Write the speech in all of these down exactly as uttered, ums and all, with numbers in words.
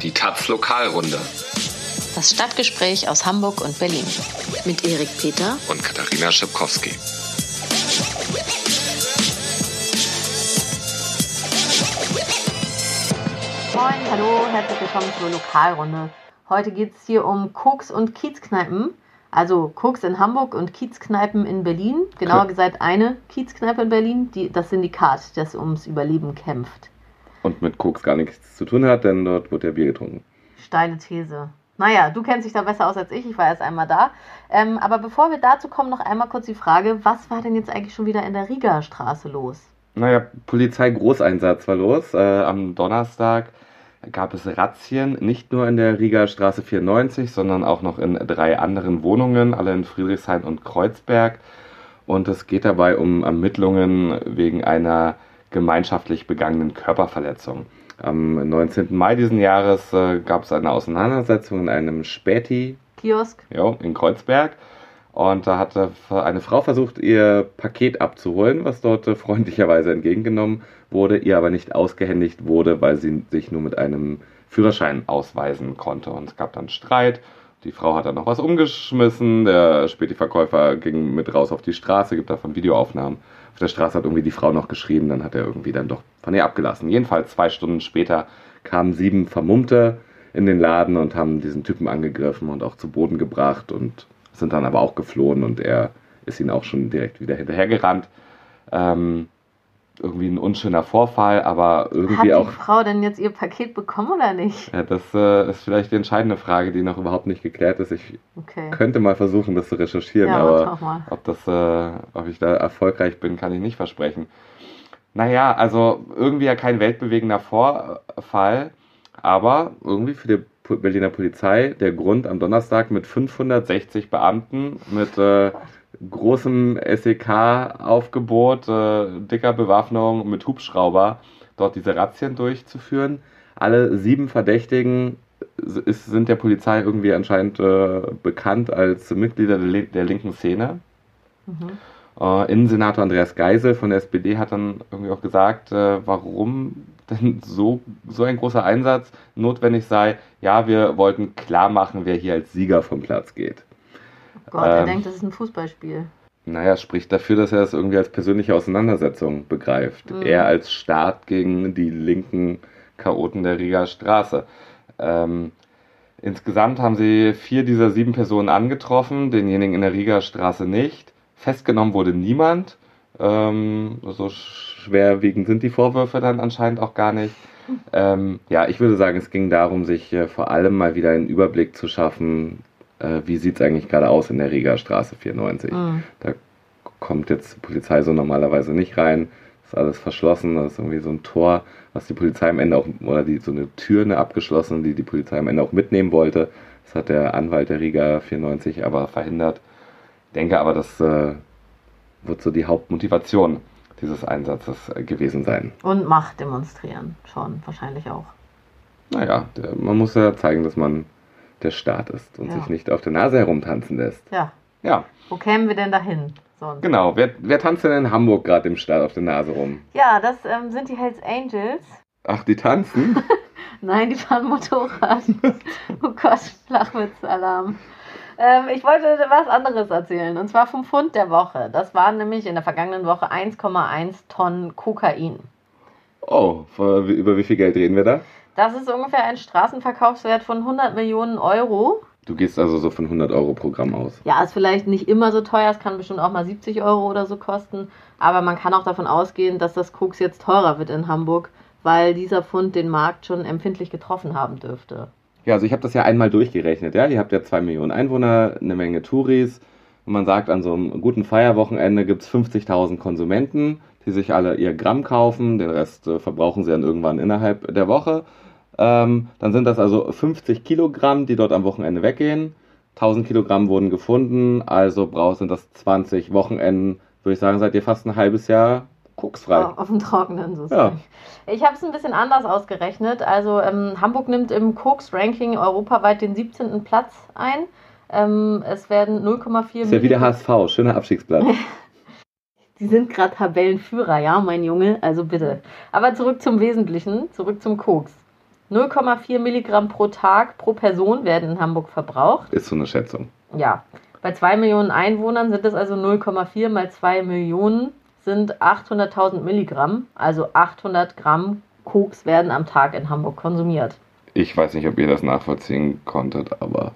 Die taz Lokalrunde. Das Stadtgespräch aus Hamburg und Berlin. Mit Erik Peter und Katharina Schipkowski. Moin, hallo, herzlich willkommen zur Lokalrunde. Heute geht es hier um Koks und Kiezkneipen. Also Koks in Hamburg und Kiezkneipen in Berlin. Genauer okay. gesagt eine Kiezkneipe in Berlin, die, das Syndikat, das ums Überleben kämpft. Und mit Koks gar nichts zu tun hat, denn dort wird ja Bier getrunken. Steile These. Naja, du kennst dich da besser aus als ich, ich war erst einmal da. Ähm, aber bevor wir dazu kommen, noch einmal kurz die Frage, was war denn jetzt eigentlich schon wieder in der Riegerstraße los? Naja, Polizeigroßeinsatz war los. Äh, am Donnerstag gab es Razzien, nicht nur in der Riegerstraße vierundneunzig, sondern auch noch in drei anderen Wohnungen, alle in Friedrichshain und Kreuzberg. Und es geht dabei um Ermittlungen wegen einer gemeinschaftlich begangenen Körperverletzung. Am neunzehnten Mai diesen Jahres äh, gab es eine Auseinandersetzung in einem Späti-Kiosk in Kreuzberg. Und da hatte eine Frau versucht, ihr Paket abzuholen, was dort äh, freundlicherweise entgegengenommen wurde, ihr aber nicht ausgehändigt wurde, weil sie sich nur mit einem Führerschein ausweisen konnte. Und es gab dann Streit. Die Frau hat dann noch was umgeschmissen. Der Späti-Verkäufer ging mit raus auf die Straße, gibt davon Videoaufnahmen. Auf der Straße hat irgendwie die Frau noch geschrien, dann hat er irgendwie dann doch von ihr abgelassen. Jedenfalls zwei Stunden später kamen sieben Vermummte in den Laden und haben diesen Typen angegriffen und auch zu Boden gebracht und sind dann aber auch geflohen und er ist ihnen auch schon direkt wieder hinterhergerannt. Ähm, irgendwie ein unschöner Vorfall, aber irgendwie auch... Hat die Frau denn jetzt ihr Paket bekommen oder nicht? Ja, das äh, ist vielleicht die entscheidende Frage, die noch überhaupt nicht geklärt ist. Ich okay. könnte mal versuchen, das zu recherchieren, ja, aber ob, das, äh, ob ich da erfolgreich bin, kann ich nicht versprechen. Naja, also irgendwie ja kein weltbewegender Vorfall, aber irgendwie für die Berliner Polizei der Grund am Donnerstag mit fünfhundertsechzig Beamten, mit äh, großem S E K-Aufgebot, äh, dicker Bewaffnung, mit Hubschrauber dort diese Razzien durchzuführen. Alle sieben Verdächtigen ist, sind der Polizei irgendwie anscheinend äh, bekannt als Mitglieder der, der linken Szene. Mhm. Äh, Innensenator Andreas Geisel von der S P D hat dann irgendwie auch gesagt, äh, warum denn so, so ein großer Einsatz notwendig sei. Ja, wir wollten klar machen, wer hier als Sieger vom Platz geht. Oh Gott, ähm, er denkt, das ist ein Fußballspiel. Naja, spricht dafür, dass er es irgendwie als persönliche Auseinandersetzung begreift. Mhm. Er als Staat gegen die linken Chaoten der Rieger Straße. Ähm, insgesamt haben sie vier dieser sieben Personen angetroffen, denjenigen in der Rieger Straße nicht. Festgenommen wurde niemand. Ähm, so schwerwiegend sind die Vorwürfe dann anscheinend auch gar nicht. Ähm, ja, ich würde sagen, es ging darum, sich äh, vor allem mal wieder einen Überblick zu schaffen, äh, wie sieht es eigentlich gerade aus in der Rieger Straße vierundneunzig. Mhm. Da kommt jetzt die Polizei so normalerweise nicht rein. Ist alles verschlossen. Das ist irgendwie so ein Tor, was die Polizei am Ende auch, oder die, so eine Tür, eine abgeschlossene, die die Polizei am Ende auch mitnehmen wollte. Das hat der Anwalt der Rieger vierundneunzig aber verhindert. Ich denke aber, das äh, wird so die Hauptmotivation dieses Einsatzes gewesen sein. Und Macht demonstrieren schon, wahrscheinlich auch. Naja, der, man muss ja zeigen, dass man der Staat ist und ja. sich nicht auf der Nase herumtanzen lässt. Ja. Ja. Wo kämen wir denn dahin? Sonst? Genau, wer, wer tanzt denn in Hamburg gerade im Staat auf der Nase rum? Ja, das ähm, sind die Hells Angels. Ach, die tanzen? Nein, die fahren Motorrad. Oh Gott, Flachwitzalarm. Ähm, ich wollte was anderes erzählen, und zwar vom Fund der Woche. Das waren nämlich in der vergangenen Woche eins Komma eins Tonnen Kokain. Oh, über wie viel Geld reden wir da? Das ist ungefähr ein Straßenverkaufswert von hundert Millionen Euro. Du gehst also so von hundert Euro pro Gramm aus? Ja, ist vielleicht nicht immer so teuer, es kann bestimmt auch mal siebzig Euro oder so kosten. Aber man kann auch davon ausgehen, dass das Koks jetzt teurer wird in Hamburg, weil dieser Fund den Markt schon empfindlich getroffen haben dürfte. Ja, also ich habe das ja einmal durchgerechnet, ja. Ihr habt ja zwei Millionen Einwohner, eine Menge Touris. Und man sagt, an so einem guten Feierwochenende gibt es fünfzigtausend Konsumenten, die sich alle ihr Gramm kaufen. Den Rest äh, verbrauchen sie dann irgendwann innerhalb der Woche. Ähm, dann sind das also fünfzig Kilogramm, die dort am Wochenende weggehen. tausend Kilogramm wurden gefunden, also braucht sind das zwanzig Wochenenden. Würde ich sagen, seid ihr fast ein halbes Jahr koksfrei. Auf dem Trockenen sozusagen. Ja. Ich habe es ein bisschen anders ausgerechnet. Also ähm, Hamburg nimmt im Koks-Ranking europaweit den siebzehnten Platz ein. Ähm, es werden null Komma vier Ist ja wie der H S V, schöner Abstiegsplatz. Die sind gerade Tabellenführer, ja, mein Junge, also bitte. Aber zurück zum Wesentlichen, zurück zum Koks. null Komma vier Milligramm pro Tag pro Person werden in Hamburg verbraucht. Ist so eine Schätzung. Ja, bei zwei Millionen Einwohnern sind es also null Komma vier mal zwei Millionen sind achthunderttausend Milligramm. Also achthundert Gramm Koks werden am Tag in Hamburg konsumiert. Ich weiß nicht, ob ihr das nachvollziehen konntet, aber...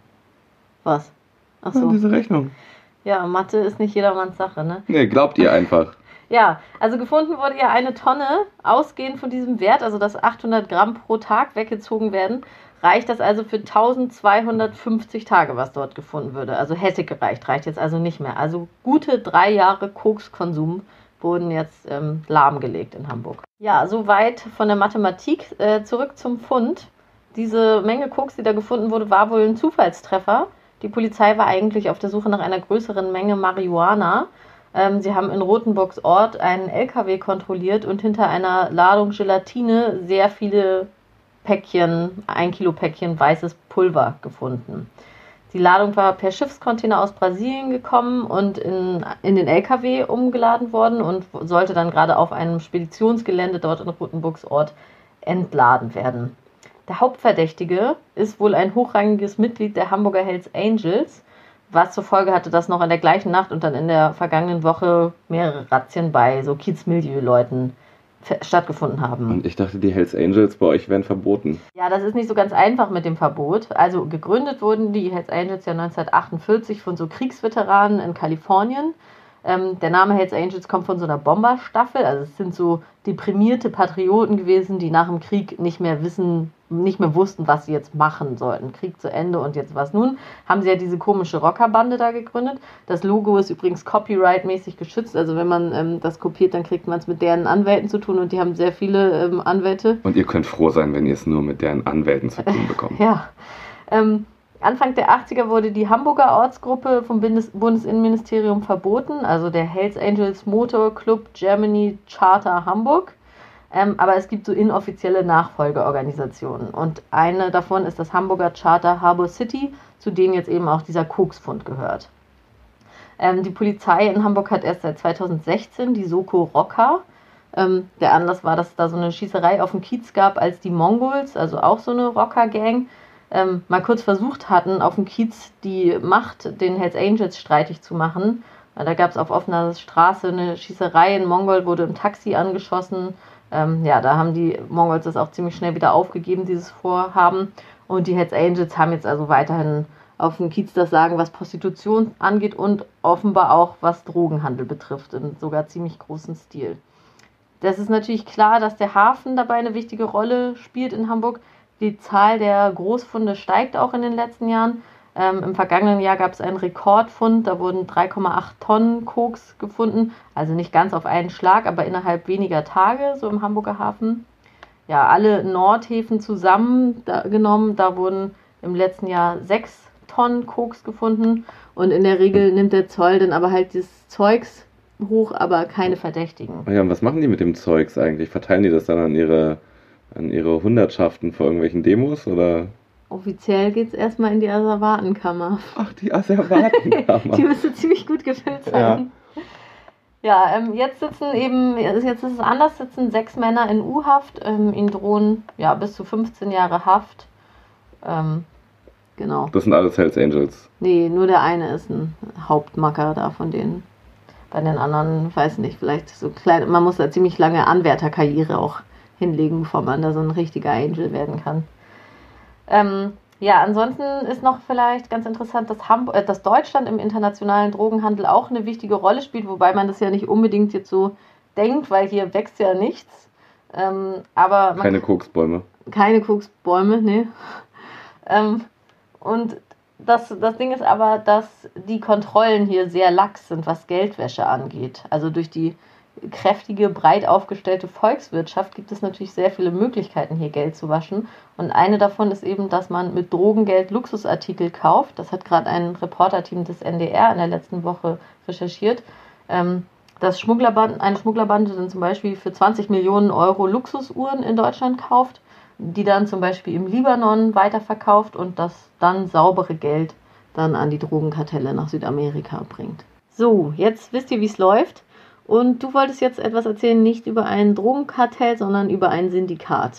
Was? Ach Ja, so. diese Rechnung. Ja, Mathe ist nicht jedermanns Sache, ne? Nee, glaubt ihr einfach. Ja, also gefunden wurde ja eine Tonne, ausgehend von diesem Wert, also dass achthundert Gramm pro Tag weggezogen werden, reicht das also für eintausendzweihundertfünfzig Tage, was dort gefunden würde. Also hätte gereicht, reicht jetzt also nicht mehr. Also gute drei Jahre Kokskonsum wurden jetzt ähm, lahmgelegt in Hamburg. Ja, soweit von der Mathematik. Äh, zurück zum Fund. Diese Menge Koks, die da gefunden wurde, war wohl ein Zufallstreffer. Die Polizei war eigentlich auf der Suche nach einer größeren Menge Marihuana. Ähm, sie haben in Rothenburgs Ort einen L K W kontrolliert und hinter einer Ladung Gelatine sehr viele Päckchen, ein Kilo Päckchen weißes Pulver gefunden. Die Ladung war per Schiffscontainer aus Brasilien gekommen und in, in den L K W umgeladen worden und sollte dann gerade auf einem Speditionsgelände dort in Rothenburgs Ort entladen werden. Der Hauptverdächtige ist wohl ein hochrangiges Mitglied der Hamburger Hells Angels, was zur Folge hatte, dass noch in der gleichen Nacht und dann in der vergangenen Woche mehrere Razzien bei so Kiezmilieu-Leuten stattgefunden haben. Und ich dachte, die Hells Angels bei euch wären verboten. Ja, das ist nicht so ganz einfach mit dem Verbot. Also gegründet wurden die Hells Angels ja neunzehnhundertachtundvierzig von so Kriegsveteranen in Kalifornien. Ähm, der Name Hells Angels kommt von so einer Bomberstaffel. Also es sind so deprimierte Patrioten gewesen, die nach dem Krieg nicht mehr wissen, nicht mehr wussten, was sie jetzt machen sollten. Krieg zu Ende und jetzt was nun? Haben sie ja diese komische Rockerbande da gegründet. Das Logo ist übrigens copyright-mäßig geschützt. Also wenn man ähm, das kopiert, dann kriegt man es mit deren Anwälten zu tun und die haben sehr viele ähm, Anwälte. Und ihr könnt froh sein, wenn ihr es nur mit deren Anwälten zu tun bekommt. Ja. Ähm, Anfang der achtziger wurde die Hamburger Ortsgruppe vom Bundes- Bundesinnenministerium verboten, also der Hells Angels Motor Club Germany Charter Hamburg. Ähm, aber es gibt so inoffizielle Nachfolgeorganisationen und eine davon ist das Hamburger Charter Harbor City, zu dem jetzt eben auch dieser Koksfund gehört. Ähm, die Polizei in Hamburg hat erst seit zweitausendsechzehn die Soko Rocker. Ähm, der Anlass war, dass es da so eine Schießerei auf dem Kiez gab, als die Mongols, also auch so eine Rocker-Gang, ähm, mal kurz versucht hatten, auf dem Kiez die Macht den Hells Angels streitig zu machen. Da gab es auf offener Straße eine Schießerei, ein Mongol wurde im Taxi angeschossen. Ähm, ja, da haben die Mongols das auch ziemlich schnell wieder aufgegeben, dieses Vorhaben. Und die Hells Angels haben jetzt also weiterhin auf dem Kiez das Sagen, was Prostitution angeht und offenbar auch was Drogenhandel betrifft, in sogar ziemlich großem Stil. Das ist natürlich klar, dass der Hafen dabei eine wichtige Rolle spielt in Hamburg. Die Zahl der Großfunde steigt auch in den letzten Jahren. Ähm, Im vergangenen Jahr gab es einen Rekordfund, da wurden drei Komma acht Tonnen Koks gefunden, also nicht ganz auf einen Schlag, aber innerhalb weniger Tage, so im Hamburger Hafen. Ja, alle Nordhäfen zusammengenommen, da wurden im letzten Jahr sechs Tonnen Koks gefunden und in der Regel nimmt der Zoll dann aber halt das Zeugs hoch, aber keine Verdächtigen. Ja, und was machen die mit dem Zeugs eigentlich? Verteilen die das dann an ihre, an ihre Hundertschaften vor irgendwelchen Demos, oder? Offiziell geht es erstmal in die Asservatenkammer. Ach, die Asservatenkammer. Die müsste ziemlich gut gefüllt sein. Ja, ja ähm, jetzt sitzen eben, jetzt ist es anders, sitzen sechs Männer in U-Haft. Ähm, ihnen drohen ja bis zu fünfzehn Jahre Haft. Ähm, genau. Das sind alles Hells Angels. Nee, nur der eine ist ein Hauptmacker da von denen. Bei den anderen, weiß nicht, vielleicht so klein. Man muss da ziemlich lange Anwärterkarriere auch hinlegen, bevor man da so ein richtiger Angel werden kann. Ähm, ja, ansonsten ist noch vielleicht ganz interessant, dass, Hamburg, äh, dass Deutschland im internationalen Drogenhandel auch eine wichtige Rolle spielt, wobei man das ja nicht unbedingt jetzt so denkt, weil hier wächst ja nichts. Ähm, aber man keine Koksbäume. Keine Koksbäume, nee. ähm, und das, das Ding ist aber, dass die Kontrollen hier sehr lax sind, was Geldwäsche angeht. Also durch die kräftige, breit aufgestellte Volkswirtschaft gibt es natürlich sehr viele Möglichkeiten, hier Geld zu waschen. Und eine davon ist eben, dass man mit Drogengeld Luxusartikel kauft. Das hat gerade ein Reporterteam des N D R in der letzten Woche recherchiert. Ähm, dass Schmugglerband, eine Schmugglerbande dann zum Beispiel für zwanzig Millionen Euro Luxusuhren in Deutschland kauft, die dann zum Beispiel im Libanon weiterverkauft und das dann saubere Geld dann an die Drogenkartelle nach Südamerika bringt. So, jetzt wisst ihr, wie es läuft. Und du wolltest jetzt etwas erzählen, nicht über ein Drogenkartell, sondern über ein Syndikat.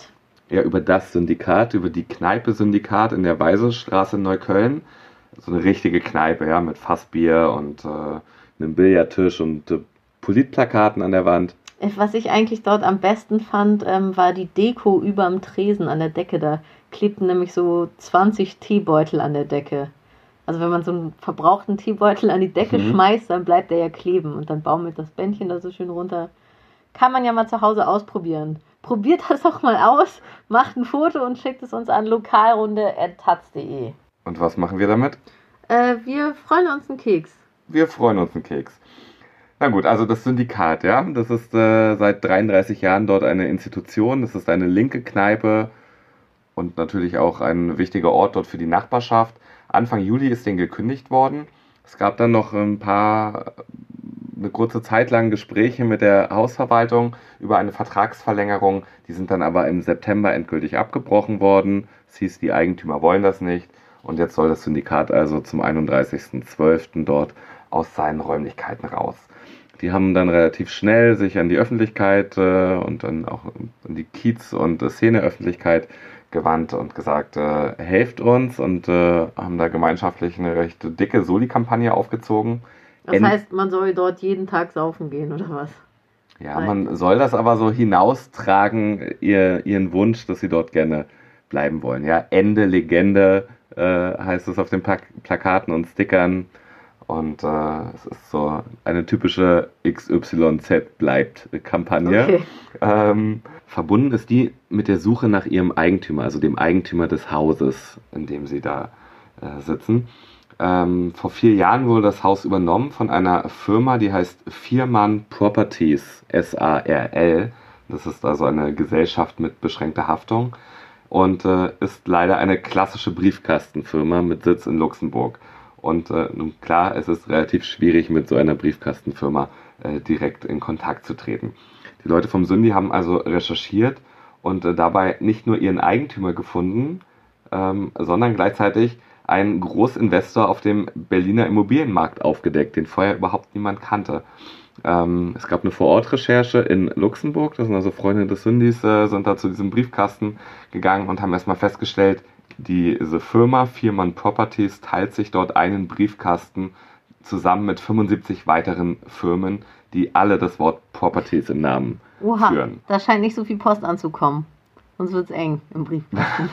Ja, über das Syndikat, über die Kneipe Syndikat in der Weisestraße in Neukölln. So eine richtige Kneipe, ja, mit Fassbier und äh, einem Billardtisch und äh, Politplakaten an der Wand. Was ich eigentlich dort am besten fand, ähm, war die Deko überm Tresen an der Decke. Da klebten nämlich so zwanzig Teebeutel an der Decke. Also wenn man so einen verbrauchten Teebeutel an die Decke mhm. schmeißt, dann bleibt der ja kleben und dann baumelt das Bändchen da so schön runter. Kann man ja mal zu Hause ausprobieren. Probiert das doch mal aus, macht ein Foto und schickt es uns an lokalrunde at taz punkt de. Und was machen wir damit? Äh, wir freuen uns einen Keks. Wir freuen uns einen Keks. Na gut, also das Syndikat, ja, das ist äh, seit dreiunddreißig Jahren dort eine Institution. Das ist eine linke Kneipe und natürlich auch ein wichtiger Ort dort für die Nachbarschaft. Anfang Juli ist denen gekündigt worden. Es gab dann noch ein paar, eine kurze Zeit lang Gespräche mit der Hausverwaltung über eine Vertragsverlängerung. Die sind dann aber im September endgültig abgebrochen worden. Es hieß, die Eigentümer wollen das nicht. Und jetzt soll das Syndikat also zum einunddreißigsten zwölften dort aus seinen Räumlichkeiten raus. Die haben dann relativ schnell sich an die Öffentlichkeit äh, und dann auch an die Kiez- und äh, Szeneöffentlichkeit gewandt und gesagt, äh, helft uns, und äh, haben da gemeinschaftlich eine recht dicke Soli-Kampagne aufgezogen. Das End- heißt, man soll dort jeden Tag saufen gehen, oder was? Ja, Nein. Man soll das aber so hinaustragen, ihr, ihren Wunsch, dass sie dort gerne bleiben wollen. Ja, Ende Legende äh, heißt es auf den Pla- Plakaten und Stickern. Und äh, es ist so eine typische X Y Z bleibt Kampagne. Okay. Ähm, verbunden ist die mit der Suche nach ihrem Eigentümer, also dem Eigentümer des Hauses, in dem sie da äh, sitzen. Ähm, vor vier Jahren wurde das Haus übernommen von einer Firma, die heißt Viermann Properties, S A R L. Das ist also eine Gesellschaft mit beschränkter Haftung und äh, ist leider eine klassische Briefkastenfirma mit Sitz in Luxemburg. Und äh, nun klar, es ist relativ schwierig, mit so einer Briefkastenfirma äh, direkt in Kontakt zu treten. Die Leute vom Syndi haben also recherchiert und äh, dabei nicht nur ihren Eigentümer gefunden, ähm, sondern gleichzeitig einen Großinvestor auf dem Berliner Immobilienmarkt aufgedeckt, den vorher überhaupt niemand kannte. Ähm, es gab eine Vorortrecherche in Luxemburg, das sind also Freunde des Syndis, äh, sind da zu diesem Briefkasten gegangen und haben erstmal festgestellt, diese Firma Viermann Properties teilt sich dort einen Briefkasten zusammen mit fünfundsiebzig weiteren Firmen, die alle das Wort Properties im Namen Oha, führen. Da scheint nicht so viel Post anzukommen. Sonst wird es eng im Briefkasten.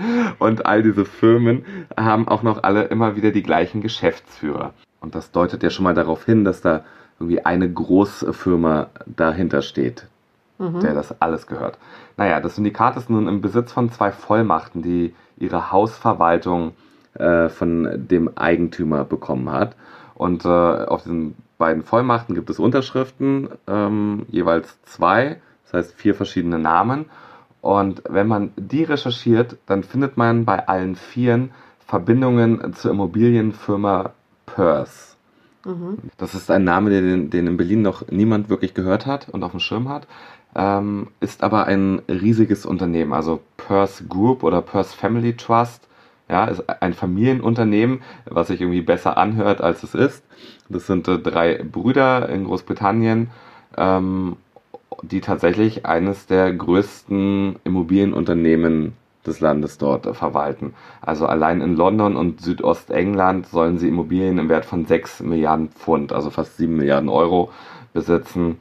Und all diese Firmen haben auch noch alle immer wieder die gleichen Geschäftsführer. Und das deutet ja schon mal darauf hin, dass da irgendwie eine Großfirma dahinter steht, mhm. der das alles gehört. Naja, das Syndikat ist nun im Besitz von zwei Vollmachten, die ihre Hausverwaltung äh, von dem Eigentümer bekommen hat. Und äh, auf diesen beiden Vollmachten gibt es Unterschriften, ähm, jeweils zwei, das heißt vier verschiedene Namen. Und wenn man die recherchiert, dann findet man bei allen vieren Verbindungen zur Immobilienfirma Pörs. Mhm. Das ist ein Name, den, den in Berlin noch niemand wirklich gehört hat und auf dem Schirm hat. Ähm, ist aber ein riesiges Unternehmen, also Pörs Group oder Pörs Family Trust, ja, ist ein Familienunternehmen, was sich irgendwie besser anhört, als es ist. Das sind äh, drei Brüder in Großbritannien, ähm, die tatsächlich eines der größten Immobilienunternehmen des Landes dort äh, verwalten. Also allein in London und Südostengland sollen sie Immobilien im Wert von sechs Milliarden Pfund, also fast sieben Milliarden Euro, besitzen.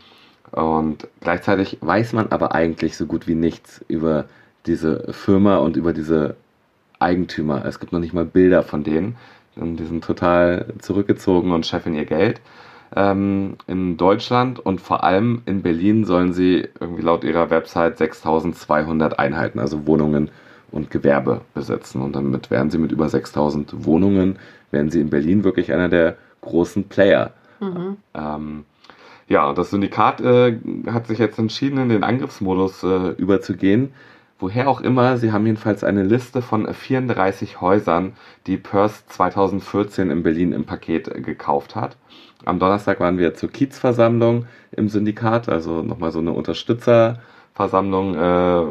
Und gleichzeitig weiß man aber eigentlich so gut wie nichts über diese Firma und über diese Eigentümer. Es gibt noch nicht mal Bilder von denen. Die sind total zurückgezogen und chefin ihr Geld. Ähm, in Deutschland und vor allem in Berlin sollen sie irgendwie laut ihrer Website sechstausendzweihundert Einheiten, also Wohnungen und Gewerbe besitzen. Und damit wären sie mit über sechstausend Wohnungen, wären sie in Berlin wirklich einer der großen Player. Mhm. Ähm, Ja, das Syndikat äh, hat sich jetzt entschieden, in den Angriffsmodus äh, überzugehen. Woher auch immer, sie haben jedenfalls eine Liste von vierunddreißig Häusern, die Pörs zweitausendvierzehn in Berlin im Paket äh, gekauft hat. Am Donnerstag waren wir zur Kiezversammlung im Syndikat, also nochmal so eine Unterstützerversammlung, äh,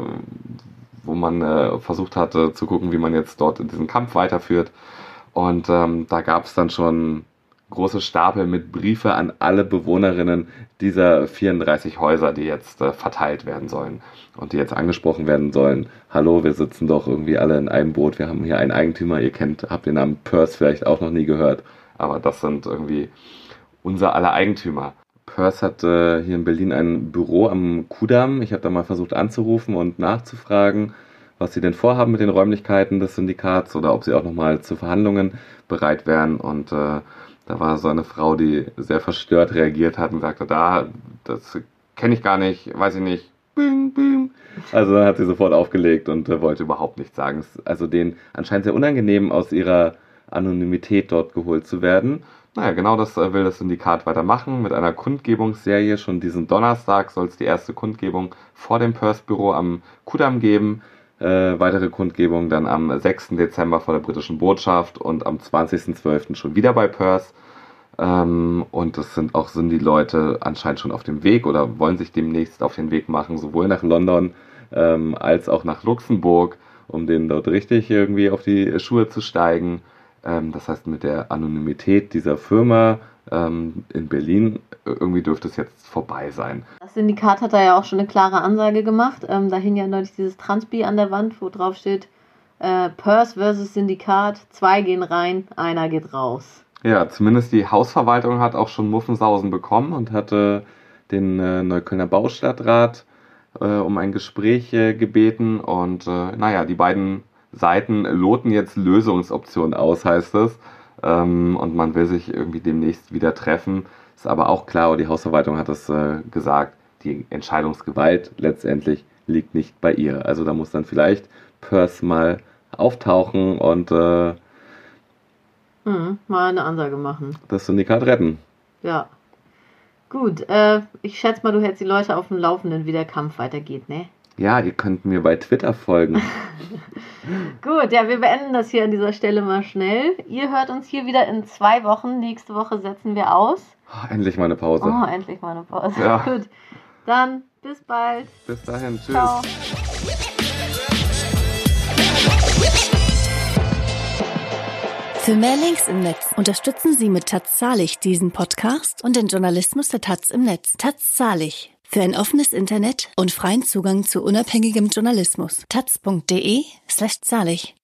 wo man äh, versucht hatte zu gucken, wie man jetzt dort diesen Kampf weiterführt. Und ähm, da gab es dann schon große Stapel mit Briefe an alle Bewohnerinnen dieser vierunddreißig Häuser, die jetzt äh, verteilt werden sollen und die jetzt angesprochen werden sollen. Hallo, wir sitzen doch irgendwie alle in einem Boot, wir haben hier einen Eigentümer, ihr kennt, habt den Namen Peirce vielleicht auch noch nie gehört, aber das sind irgendwie unser aller Eigentümer. Peirce hat äh, hier in Berlin ein Büro am Kudamm. Ich habe da mal versucht anzurufen und nachzufragen, was sie denn vorhaben mit den Räumlichkeiten des Syndikats oder ob sie auch nochmal zu Verhandlungen bereit wären. Und äh, da war so eine Frau, die sehr verstört reagiert hat und sagte, da, das kenne ich gar nicht, weiß ich nicht. Bing, bing. Also dann hat sie sofort aufgelegt und äh, wollte überhaupt nichts sagen. Es ist also denen anscheinend sehr unangenehm, aus ihrer Anonymität dort geholt zu werden. Naja, genau das äh, will das Syndikat weitermachen mit einer Kundgebungsserie. Schon diesen Donnerstag soll es die erste Kundgebung vor dem Peirce-Büro am Kudamm geben. Äh, weitere Kundgebung dann am sechsten Dezember vor der britischen Botschaft und am zwanzigsten zwölften schon wieder bei Peirce. Ähm, und das sind auch sind die Leute anscheinend schon auf dem Weg oder wollen sich demnächst auf den Weg machen, sowohl nach London ähm, als auch nach Luxemburg, um denen dort richtig irgendwie auf die Schuhe zu steigen. Ähm, das heißt, mit der Anonymität dieser Firma ähm, in Berlin irgendwie dürfte es jetzt vorbei sein. Das Syndikat hat da ja auch schon eine klare Ansage gemacht. Ähm, da hing ja neulich dieses Transpi an der Wand, wo drauf steht, äh, Peirce versus Syndikat, zwei gehen rein, einer geht raus. Ja, zumindest die Hausverwaltung hat auch schon Muffensausen bekommen und hatte den äh, Neuköllner Baustadtrat äh, um ein Gespräch äh, gebeten. Und äh, naja, die beiden Seiten loten jetzt Lösungsoptionen aus, heißt es. Ähm, und man will sich irgendwie demnächst wieder treffen. Ist aber auch klar, die Hausverwaltung hat das äh, gesagt, die Entscheidungsgewalt letztendlich liegt nicht bei ihr. Also da muss dann vielleicht Peirce mal auftauchen und äh, hm, mal eine Ansage machen. Das Syndikat retten. Ja. Gut, äh, ich schätze mal, du hältst die Leute auf dem Laufenden, wie der Kampf weitergeht, ne? Ja, ihr könnt mir bei Twitter folgen. Gut, ja, wir beenden das hier an dieser Stelle mal schnell. Ihr hört uns hier wieder in zwei Wochen. Nächste Woche setzen wir aus. Oh, endlich mal eine Pause. Oh, endlich mal eine Pause. Ja. Gut, dann bis bald. Bis dahin, tschüss. Ciao. Für mehr Links im Netz unterstützen Sie mit Taz Zahlig diesen Podcast und den Journalismus der Taz im Netz. Taz Zahlig. Für ein offenes Internet und freien Zugang zu unabhängigem Journalismus. taz punkt de slash zahlig